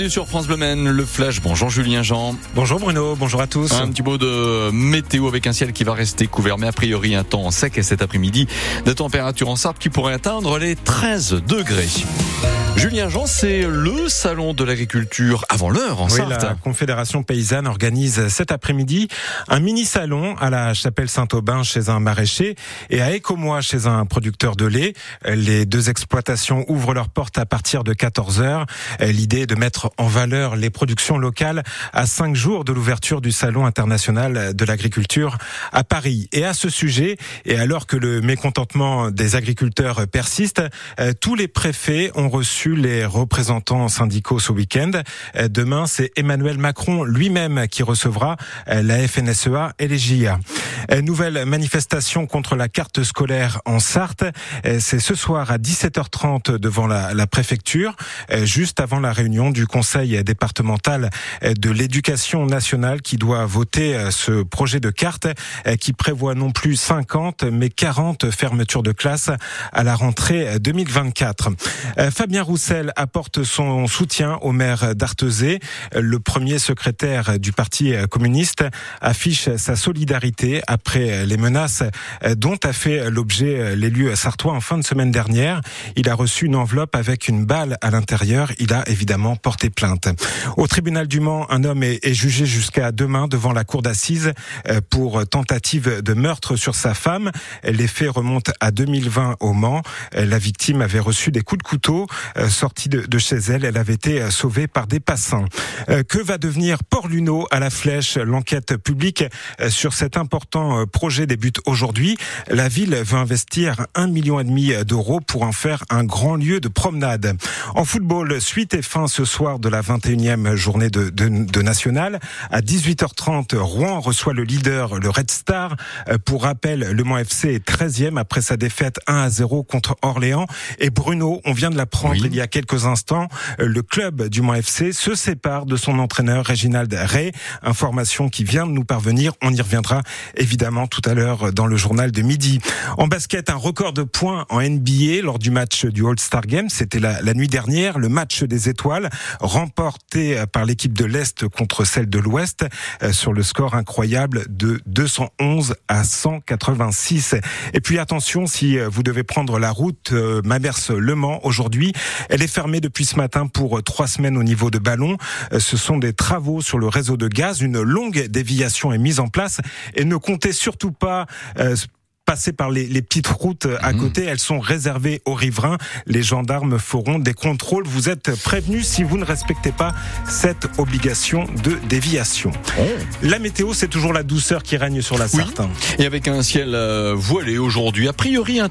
Bienvenue sur France Bleu Maine, le Flash. Bonjour Julien Jean. Bonjour Bruno, bonjour à tous. Un petit mot de météo avec un ciel qui va rester couvert, mais a priori un temps sec et cet après-midi, de température en Sarthe qui pourrait atteindre les 13 degrés. Julien Jean, c'est le salon de l'agriculture avant l'heure en Sarthe. La Confédération paysanne organise cet après-midi un mini-salon à la Chapelle Saint-Aubin chez un maraîcher et à Écomois chez un producteur de lait. Les deux exploitations ouvrent leurs portes à partir de 14h. L'idée est de mettre en valeur les productions locales à 5 jours de l'ouverture du Salon international de l'agriculture à Paris. Et à ce sujet, et alors que le mécontentement des agriculteurs persiste, tous les préfets ont reçu les représentants syndicaux ce week-end. Demain, c'est Emmanuel Macron lui-même qui recevra la FNSEA et les JA. Nouvelle manifestation contre la carte scolaire en Sarthe. C'est ce soir à 17h30 devant la préfecture, juste avant la réunion du conseil départemental de l'éducation nationale qui doit voter ce projet de carte qui prévoit non plus 50 mais 40 fermetures de classes à la rentrée 2024. Fabien Roussel apporte son soutien au maire d'Artezé. Le premier secrétaire du Parti communiste affiche sa solidarité après les menaces dont a fait l'objet l'élu sartois en fin de semaine dernière. Il a reçu une enveloppe avec une balle à l'intérieur. Il a évidemment porté plainte. Au tribunal du Mans, un homme est jugé jusqu'à demain devant la cour d'assises pour tentative de meurtre sur sa femme. Les faits remontent à 2020 au Mans. La victime avait reçu des coups de couteau. Sortie de chez elle, elle avait été sauvée par des passants. Que va devenir Port-Luneau à la Flèche? L'enquête publique sur cet important projet débute aujourd'hui. La ville veut investir 1,5 million d'euros pour en faire un grand lieu de promenade. En football, suite et fin ce soir de la 21e journée de National. À 18h30, Rouen reçoit le leader, le Red Star. Pour rappel, le Mans FC est 13e après sa défaite 1-0 contre Orléans. Et Bruno, on vient de l'apprendre il y a quelques instants, le club du Mans FC se sépare de son entraîneur Réginald Ray. Information qui vient de nous parvenir. On y reviendra évidemment tout à l'heure dans le journal de midi. En basket, un record de points en NBA lors du match du All-Star Game. C'était la nuit dernière, le match des étoiles remporté par l'équipe de l'Est contre celle de l'Ouest sur le score incroyable de 211-186. Et puis attention, si vous devez prendre la route Maberce-Le Mans aujourd'hui, elle est fermée depuis ce matin pour 3 semaines au niveau de Ballon. Ce sont des travaux sur le réseau de gaz. Une longue déviation est mise en place et ne comptez surtout pas passer par les petites routes à côté. Elles sont réservées aux riverains. Les gendarmes feront des contrôles. Vous êtes prévenus si vous ne respectez pas cette obligation de déviation. La météo, c'est toujours la douceur qui règne sur la Sarthe. Et avec un ciel voilé aujourd'hui, a priori un